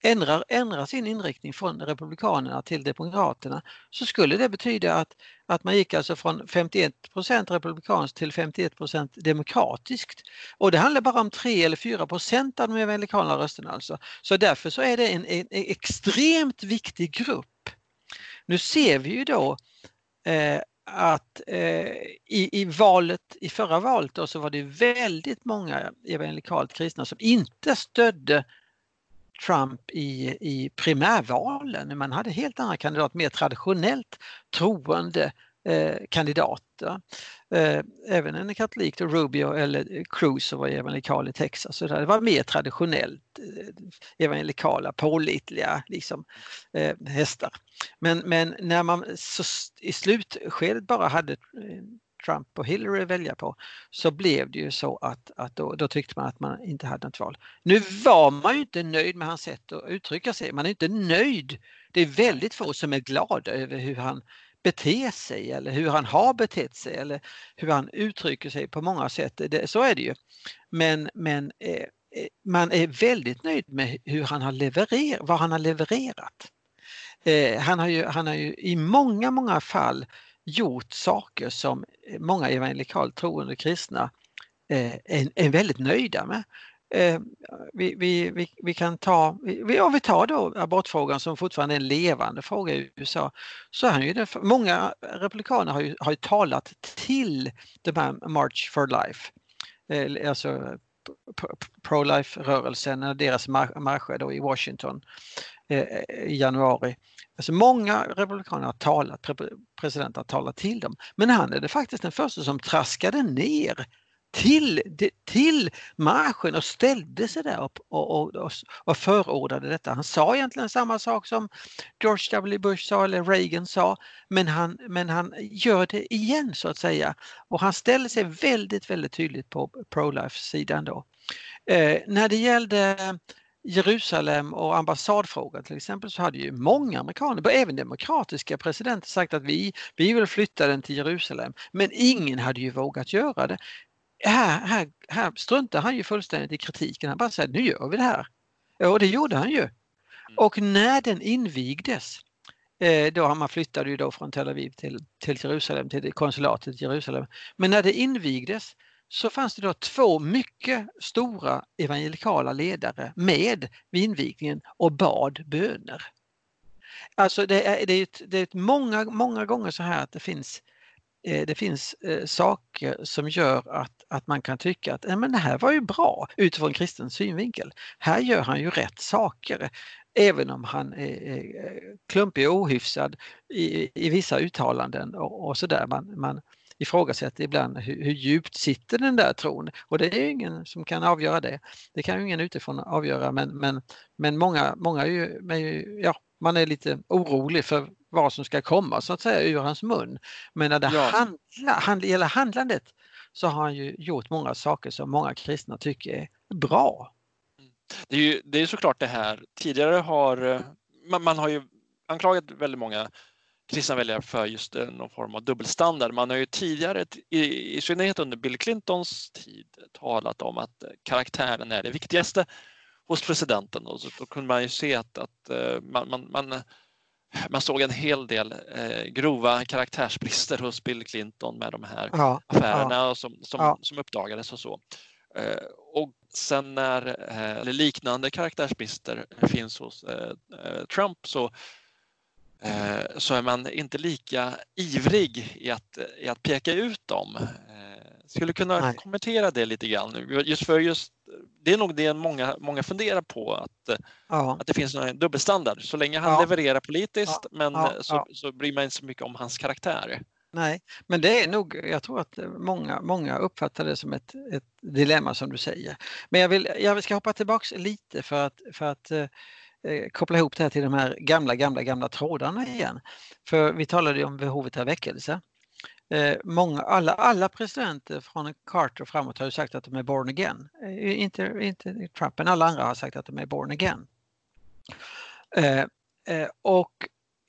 ändrar, ändrar sin inriktning från republikanerna till demokraterna, så skulle det betyda att, att man gick alltså från femtioett procent republikanskt till femtioett procent demokratiskt. Och det handlar bara om tre eller fyra procent av de evangelikala rösterna alltså. Så därför så är det en, en, en extremt viktig grupp. Nu ser vi ju då eh, att eh, i, i valet, i förra valet då, så var det väldigt många evangelikalt kristna som inte stödde Trump i, i primärvalen. Man hade helt andra kandidater, mer traditionellt troende eh, kandidater. Eh, även en katolik, Rubio eller Cruz, som var evangelikal i Texas. Så det var mer traditionellt eh, evangelikala, pålitliga liksom, eh, hästar. Men, men när man så i slutskedet bara hade Trump och Hillary att välja på, så blev det ju så att, att då, då tyckte man att man inte hade något val. Nu var man ju inte nöjd med hans sätt att uttrycka sig. Man är inte nöjd. Det är väldigt få som är glada över hur han beter sig eller hur han har betett sig eller hur han uttrycker sig på många sätt. Det, så är det ju. Men, men eh, man är väldigt nöjd med hur han har levererat, vad han har levererat. Eh, han har ju, han har ju i många, många fall gjort saker som många evangelikalt troende kristna eh, är, är väldigt nöjda med. Eh, vi, vi, vi, vi kan ta, vi, ja, vi tar då abortfrågan som fortfarande är en levande fråga i U S A. Så är ju det, många republikaner har ju, har ju talat till de här March for Life, eh, alltså pro-life-rörelsen, deras marscher då i Washington eh, i januari. Alltså många republikaner har talat, presidenten har talat till dem, men han är det faktiskt den första som traskade ner till, till marschen och ställde sig där upp och, och, och förordade detta. Han sa egentligen samma sak som George W. Bush sa eller Reagan sa, men han, men han gör det igen så att säga, och han ställer sig väldigt, väldigt tydligt på pro-life-sidan då. Eh, när det gällde Jerusalem och ambassadfrågan till exempel, så hade ju många amerikaner, även demokratiska presidenter, sagt att vi, vi vill flytta den till Jerusalem, men ingen hade ju vågat göra det. Här, här, här struntar han ju fullständigt i kritiken. Han bara säger, nu gör vi det här. Och det gjorde han ju. Och när den invigdes, då har man flyttade ju då från Tel Aviv till, till Jerusalem, till konsulatet i Jerusalem. Men när det invigdes så fanns det då två mycket stora evangelikala ledare med vid invigningen och bad böner. Alltså det är, det är, ett, det är ett många, många gånger så här att det finns Det finns eh, saker som gör att, att man kan tycka att eh, men det här var ju bra utifrån kristens synvinkel. Här gör han ju rätt saker, även om han är, är klumpig och ohyfsad i, i vissa uttalanden och, och sådär. Man, man ifrågasätter ibland hur, hur djupt sitter den där tron, och det är ju ingen som kan avgöra det. Det kan ju ingen utifrån avgöra, men, men, men många, många är ju, är ju, ja, man är lite orolig för vad som ska komma så att säga ur hans mun. Men när det ja. handla, hand, gäller handlandet så har han ju gjort många saker som många kristna tycker är bra. Det är ju det är såklart det här. Tidigare har man, man har ju anklagat väldigt många kristna väljare för just någon form av dubbelstandard. Man har ju tidigare, i, i synnerhet under Bill Clintons tid, talat om att karaktären är det viktigaste hos presidenten. Och så då kunde man ju se att, att man, man, man Man såg en hel del eh, grova karaktärsbrister hos Bill Clinton med de här ja, affärerna ja, som, som, ja. som uppdagades och så. Eh, och sen när eh, liknande karaktärsbrister finns hos eh, Trump så, eh, så är man inte lika ivrig i att, i att peka ut dem. Eh, skulle kunna Nej. kommentera det lite grann. Just för just det är nog det många, många funderar på, att, ja. att det finns en dubbelstandard. Så länge han ja. levererar politiskt, ja. men ja. Så, ja. så bryr man inte så mycket om hans karaktär. Nej, men det är nog, jag tror att många, många uppfattar det som ett, ett dilemma som du säger. Men jag, vill, jag ska hoppa tillbaka lite för att, för att eh, koppla ihop det här till de här gamla, gamla, gamla trådarna igen. För vi talade ju om behovet av väckelse. Eh, många, alla, alla presidenter från Carter framåt har ju sagt att de är born again. Eh, inte, inte Trump, men alla andra har sagt att de är born again. Eh, eh, och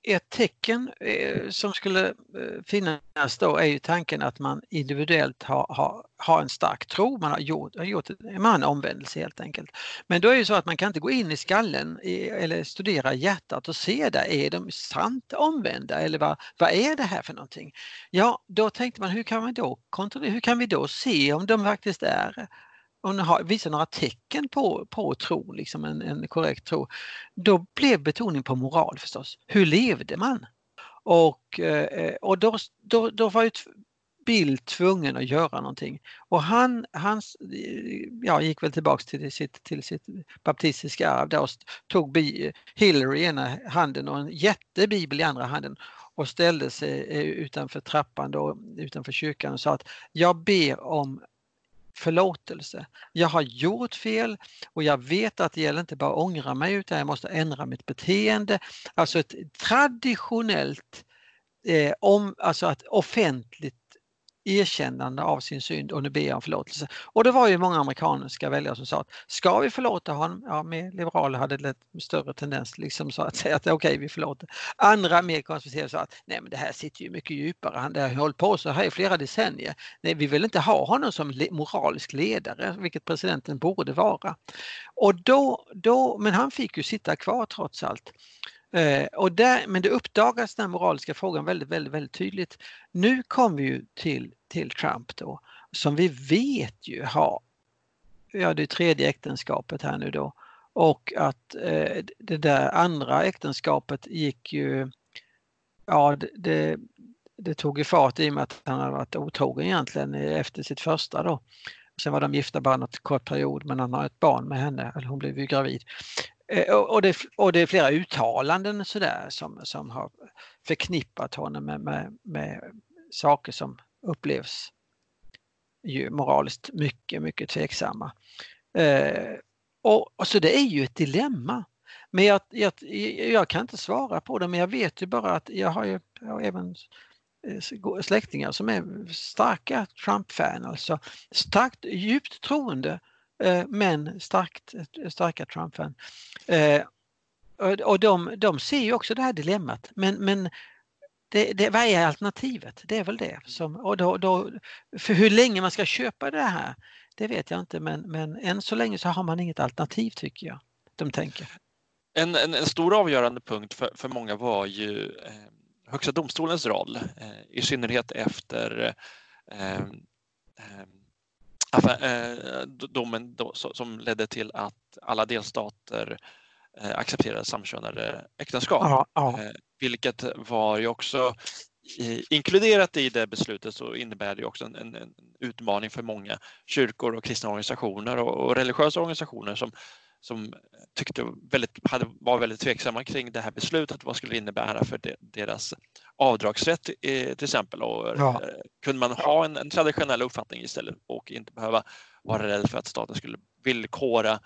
ett tecken eh, som skulle eh, finnas då är ju tanken att man individuellt har, har, har en stark tro, man har gjort, har gjort man har en omvändelse helt enkelt. Men då är det så att man kan inte gå in i skallen i, eller studera hjärtat och se där, är de sant omvända eller vad, vad är det här för någonting? Ja, då tänkte man hur kan man då kontrollera, hur kan vi då se om de faktiskt är och har, visar några tecken på, på tro, liksom en, en korrekt tro, då blev betoning på moral förstås. Hur levde man? Och, och då, då, då var ju Bill tvungen att göra någonting. Och han, han ja, gick väl tillbaks till sitt, till sitt baptistiska arv där och tog Hillary i ena handen och en jättebibel i andra handen och ställde sig utanför trappan då, utanför kyrkan och sa att jag ber om förlåtelse. Jag har gjort fel och jag vet att det gäller inte bara att ångra mig utan jag måste ändra mitt beteende. Alltså ett traditionellt eh, om, alltså ett offentligt erkännande av sin synd och nu ber jag om förlåtelse. Och det var ju många amerikanska väljare som sa att ska vi förlåta honom? Ja, med liberaler hade det ett större tendens liksom så att säga att okej, okay, vi förlåter. Andra mer konservativa sa att nej, men det här sitter ju mycket djupare. Han har hållit på så här i flera decennier. Nej, vi vill inte ha honom som le- moralisk ledare, vilket presidenten borde vara. Och då, då, men han fick ju sitta kvar trots allt. Eh, och där, men det uppdagas den moraliska frågan väldigt, väldigt, väldigt tydligt. Nu kommer vi ju till, till Trump då, som vi vet ju har, ja det tredje äktenskapet här nu då, och att eh, det där andra äktenskapet gick ju, ja det, det, det tog ju fart i och med att han hade varit otrogen egentligen efter sitt första då. Sen var de gifta bara något kort period men han har ett barn med henne, eller hon blev ju gravid. Och det, och det är flera uttalanden så där som, som har förknippat honom med, med, med saker som upplevs ju moraliskt mycket, mycket tveksamma. Eh, och, och så det är ju ett dilemma. Men jag, jag, jag kan inte svara på det, men jag vet ju bara att jag har ju jag har även släktingar som är starka Trump-fan, alltså starkt djupt troende. Men starkt, starka Trump-fan. Eh, och de, de ser ju också det här dilemmat. Men, men det, det, vad är alternativet? Det är väl det. Som, och då, då, för hur länge man ska köpa det här, det vet jag inte. Men, men än så länge så har man inget alternativ tycker jag. De tänker. En, en, en stor avgörande punkt för, för många var ju eh, Högsta domstolens roll. Eh, I synnerhet efter eh, eh, domen som ledde till att alla delstater accepterade samkönade äktenskap. Ja, ja. Vilket var ju också inkluderat i det beslutet, så innebär det också en, en, en utmaning för många kyrkor och kristna organisationer och, och religiösa organisationer som, som tyckte väldigt, hade, var väldigt tveksamma kring det här beslutet. Vad skulle det innebära för de, deras avdragsrätt till exempel, och ja. Kunde man ha en, en traditionell uppfattning istället och inte behöva vara rädd för att staten skulle villkora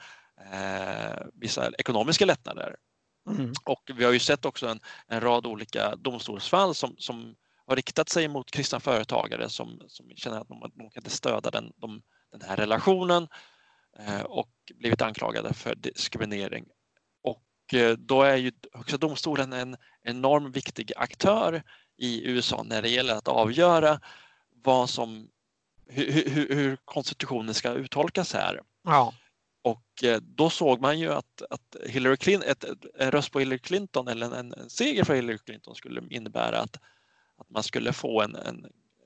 eh, vissa ekonomiska lättnader. Mm. Och vi har ju sett också en, en rad olika domstolsfall som, som har riktat sig mot kristna företagare som, som känner att de, de kan inte stödja den, de, den här relationen eh, och blivit anklagade för diskriminering. Och eh, då är ju Högsta domstolen en enormt viktig aktör i U S A när det gäller att avgöra vad som, hur, hur, hur konstitutionen ska uttolkas här. Ja. Och eh, då såg man ju att, att Hillary Clinton, ett, en röst på Hillary Clinton eller en, en seger för Hillary Clinton skulle innebära att, att man skulle få en, en,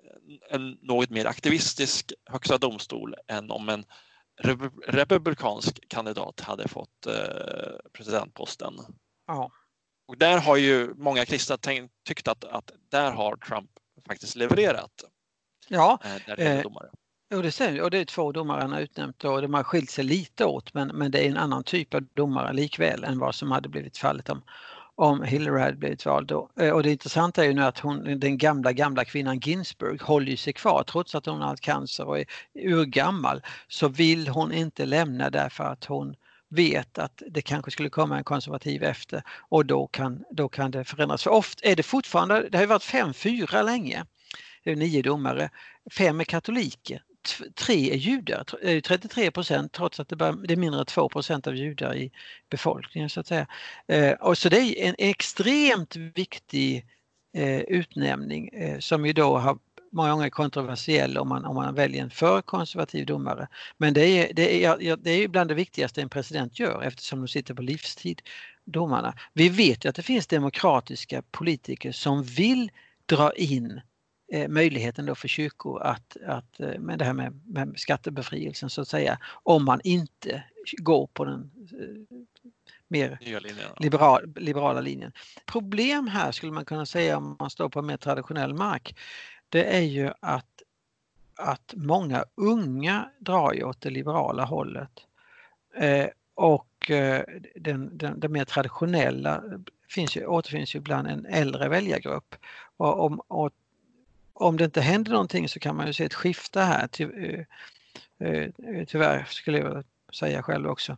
en något mer aktivistisk högsta domstol än om en republikansk kandidat hade fått eh, presidentposten. Ja. Och där har ju många kristna tänkt, tyckt att, att där har Trump faktiskt levererat. Ja, eh, där det är domare. Jo, det stämmer. Och det är två domare han har utnämnt och de har skilt sig lite åt, men, men det är en annan typ av domare likväl än vad som hade blivit fallet om, om Hillary hade blivit vald då. Och det intressanta är ju nu att hon, den gamla, gamla kvinnan Ginsburg håller sig kvar trots att hon har haft cancer och är urgammal, så vill hon inte lämna därför att hon vet att det kanske skulle komma en konservativ efter och då kan, då kan det förändras. För ofta är det fortfarande, det har ju varit fem fyra länge, det är nio domare, fem är katoliker. tre är judar, trettiotre procent trots att det är mindre än två procent av judar i befolkningen så att säga. Och så det är en extremt viktig utnämning som ju då har många gånger kontroversiell om man, om man väljer en för konservativ domare. Men det är, det, är, det är bland det viktigaste en president gör eftersom de sitter på livstid, domarna. Vi vet ju att det finns demokratiska politiker som vill dra in eh, möjligheten då för kyrkor att, att med det här med, med skattebefrielsen så att säga, om man inte går på den eh, mer liberal, liberala linjen. Problem här skulle man kunna säga om man står på mer traditionell mark, det är ju att, att många unga drar ju åt det liberala hållet eh, och eh, den, den, den mer traditionella finns ju, återfinns ju bland en äldre väljargrupp. Och om, och, om det inte händer någonting så kan man ju se ett skifte här, ty, eh, eh, tyvärr skulle jag säga själv också.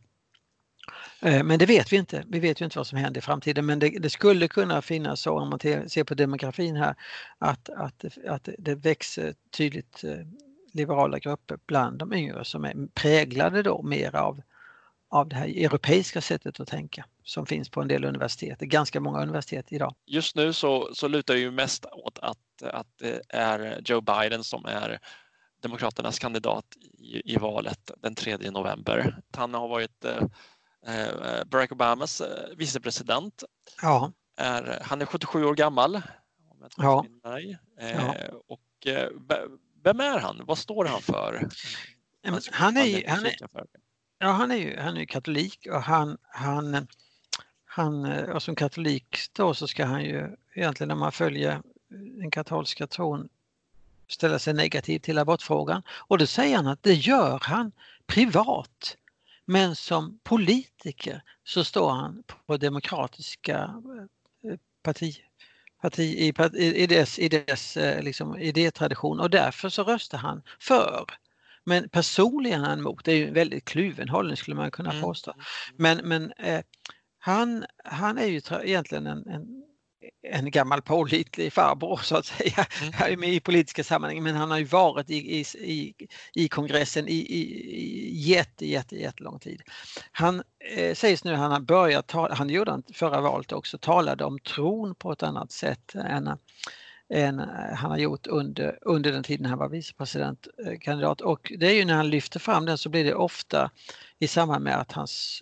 Men det vet vi inte. Vi vet ju inte vad som händer i framtiden, men det, det skulle kunna finnas så om man te, ser på demografin här att, att, att det växer tydligt liberala grupper bland de yngre som är präglade då mer av, av det här europeiska sättet att tänka som finns på en del universitet. Det är ganska många universitet idag. Just nu så, så lutar det ju mest åt att, att det är Joe Biden som är Demokraternas kandidat i, i valet den tredje november. Han har varit Barack Obamas vicepresident. Ja. Är, han är sjuttiosju år gammal. Om jag ja. mig. Ja. Och vem är han? Vad står han för? Han, han är, han är, ja, han är ju han är katolik och han, han, han och som katolik då så ska han ju egentligen när man följer den katolska tron ställa sig negativ till abortfrågan. Och då säger han att det gör han privat. Men som politiker så står han på demokratiska parti, parti i, i dess, i dess liksom, idétradition och därför så röstar han för. Men personligen är han emot. Det är ju en väldigt kluven hållning skulle man kunna påstå. Men, men eh, han, han är ju egentligen en, en en gammal pålitlig farbror så att säga mm. i politiska sammanhang, men han har ju varit i, i, i, i kongressen i, i, i jätte, jätte, jättelång tid. Han eh, sägs nu han har börjat tala, han gjorde förra valet också, talade om tron på ett annat sätt än, än han har gjort under, under den tiden han var vicepresidentkandidat, och det är ju när han lyfter fram den så blir det ofta i samband med att hans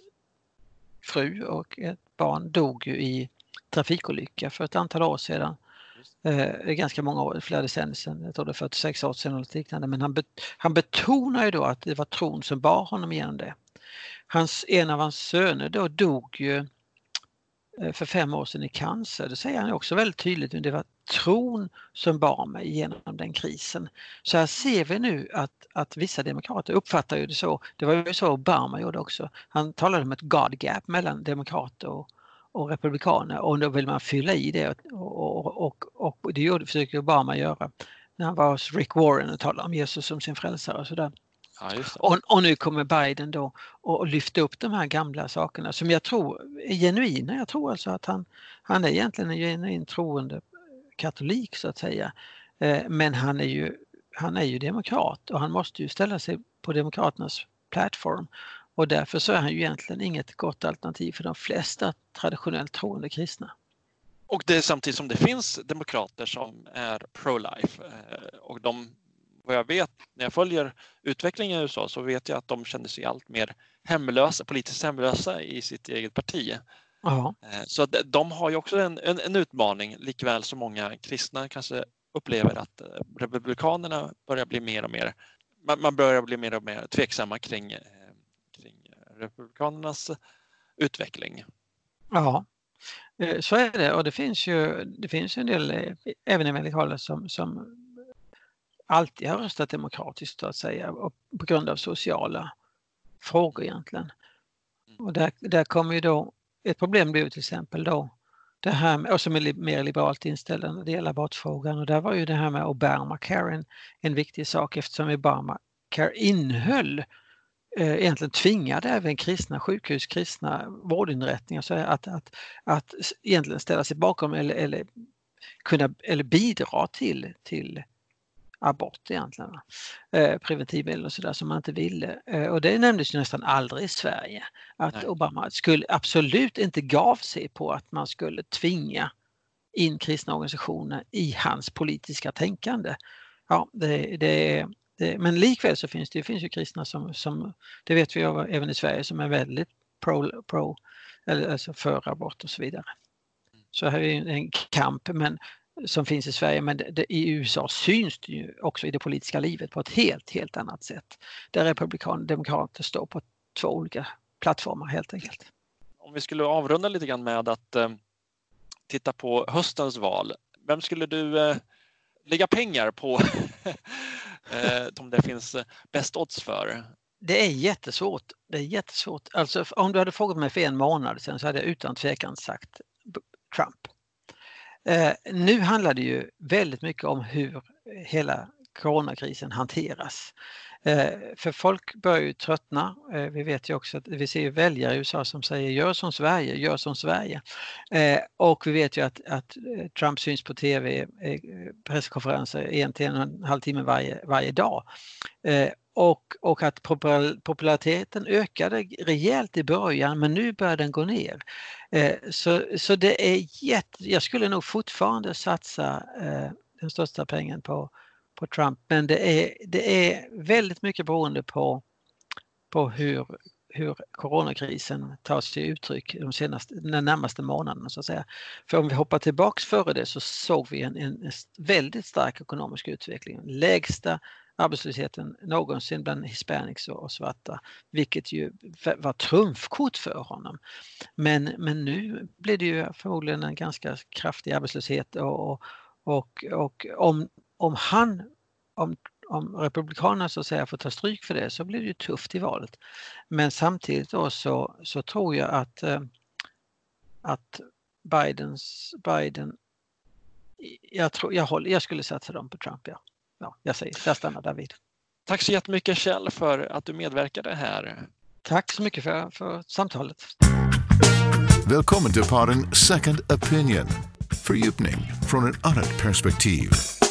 fru och ett barn dog ju i trafikolycka för ett antal år sedan. Eh, det är ganska många år, flera decennier sedan, jag tror det är fyrtiosex år sedan eller liknande, men han, bet, han betonar ju då att det var tron som bar honom igenom det. Hans, en av hans söner då dog ju eh, för fem år sedan i cancer. Det säger han också väldigt tydligt, men det var tron som bar mig igenom den krisen. Så här ser vi nu att, att vissa demokrater uppfattar ju det så. Det var ju så Obama gjorde också. Han talade om ett God gap mellan demokrater och och republikaner, och då vill man fylla i det och, och, och, och det gjorde, försökte Obama göra när han var hos Rick Warren och talade om Jesus som sin frälsare och sådär. Ja, just det. Och, och nu kommer Biden då och lyfta upp de här gamla sakerna som jag tror är genuina. Jag tror alltså att han, han är egentligen en genuin troende katolik så att säga, eh, men han är ju han är ju demokrat och han måste ju ställa sig på demokraternas plattform. Och därför så är han ju egentligen inget gott alternativ för de flesta traditionellt troende kristna. Och det är samtidigt som det finns demokrater som är pro-life. Och de, vad jag vet, när jag följer utvecklingen i U S A så vet jag att de känner sig allt mer hemlösa, politiskt hemlösa i sitt eget parti. Aha. Så att de har ju också en, en, en utmaning, likväl som många kristna kanske upplever att republikanerna börjar bli mer och mer, man, man börjar bli mer och mer tveksamma kring republikanernas utveckling. Ja, så är det, och det finns ju det finns ju en del även evangelikaler som, som alltid har röstat demokratiskt så att säga, och på grund av sociala frågor egentligen. Och där, där kommer ju då ett problem blir till exempel då det här med, och som är mer liberalt inställda när det gäller abortfrågan, och där var ju det här med Obamacare en, en viktig sak eftersom Obamacare innehöll egentligen tvingade även kristna sjukhus, kristna vårdinrättningar så att, att, att egentligen ställa sig bakom eller, eller kunna eller bidra till, till abort egentligen. Eh, preventivmedel och sådär som man inte ville. Eh, och det nämndes ju nästan aldrig i Sverige. Att Nej. Obama skulle absolut inte gav sig på att man skulle tvinga in kristna organisationer i hans politiska tänkande. Ja, det, det, det, men likväl så finns det, det finns ju kristna som, som, det vet vi ju även i Sverige, som är väldigt pro, pro eller alltså för abort och så vidare. Så här är en kamp men, som finns i Sverige, men det, det, i U S A syns det ju också i det politiska livet på ett helt, helt annat sätt. Där republikaner och demokrater står på två olika plattformar helt enkelt. Om vi skulle avrunda lite grann med att eh, titta på höstens val. Vem skulle du eh, lägga pengar på eh, om det finns bäst odds för? Det är jättesvårt. Det är jättesvårt. Alltså, om du hade frågat mig för en månad sedan så hade jag utan tvekan sagt Trump. Eh, nu handlar det ju väldigt mycket om hur hela coronakrisen hanteras. Eh, för folk börjar ju tröttna. Eh, vi vet ju också att vi ser väljare i U S A som säger gör som Sverige, gör som Sverige. Eh, och vi vet ju att, att Trump syns på tv, eh, presskonferenser en till en halv timme varje, varje dag. Eh, och, och att populariteten ökade rejält i början men nu börjar den gå ner. Eh, så, så det är jätte, jag skulle nog fortfarande satsa eh, den största pengen på på Trump, men det är, det är väldigt mycket beroende på, på hur, hur coronakrisen tar sig uttryck de senaste, den närmaste månaderna så att säga. För om vi hoppar tillbaks före det så såg vi en, en väldigt stark ekonomisk utveckling. Lägsta arbetslösheten någonsin bland hispanics och svarta, vilket ju var trumfkort för honom. Men, men nu blir det ju förmodligen en ganska kraftig arbetslöshet och, och, och, och om Om han, om, om republikanerna så att säga får ta stryk för det så blir det ju tufft i valet. Men samtidigt då så, så tror jag att, eh, att Bidens, Biden, jag, tror, jag, håller, jag skulle satsa dem på Trump. Ja, ja jag säger, där stannar David. Tack så jättemycket Kjell för att du medverkade här. Tack så mycket för, för samtalet. Välkommen till podden Second Opinion. Fördjupning från ett annat perspektiv.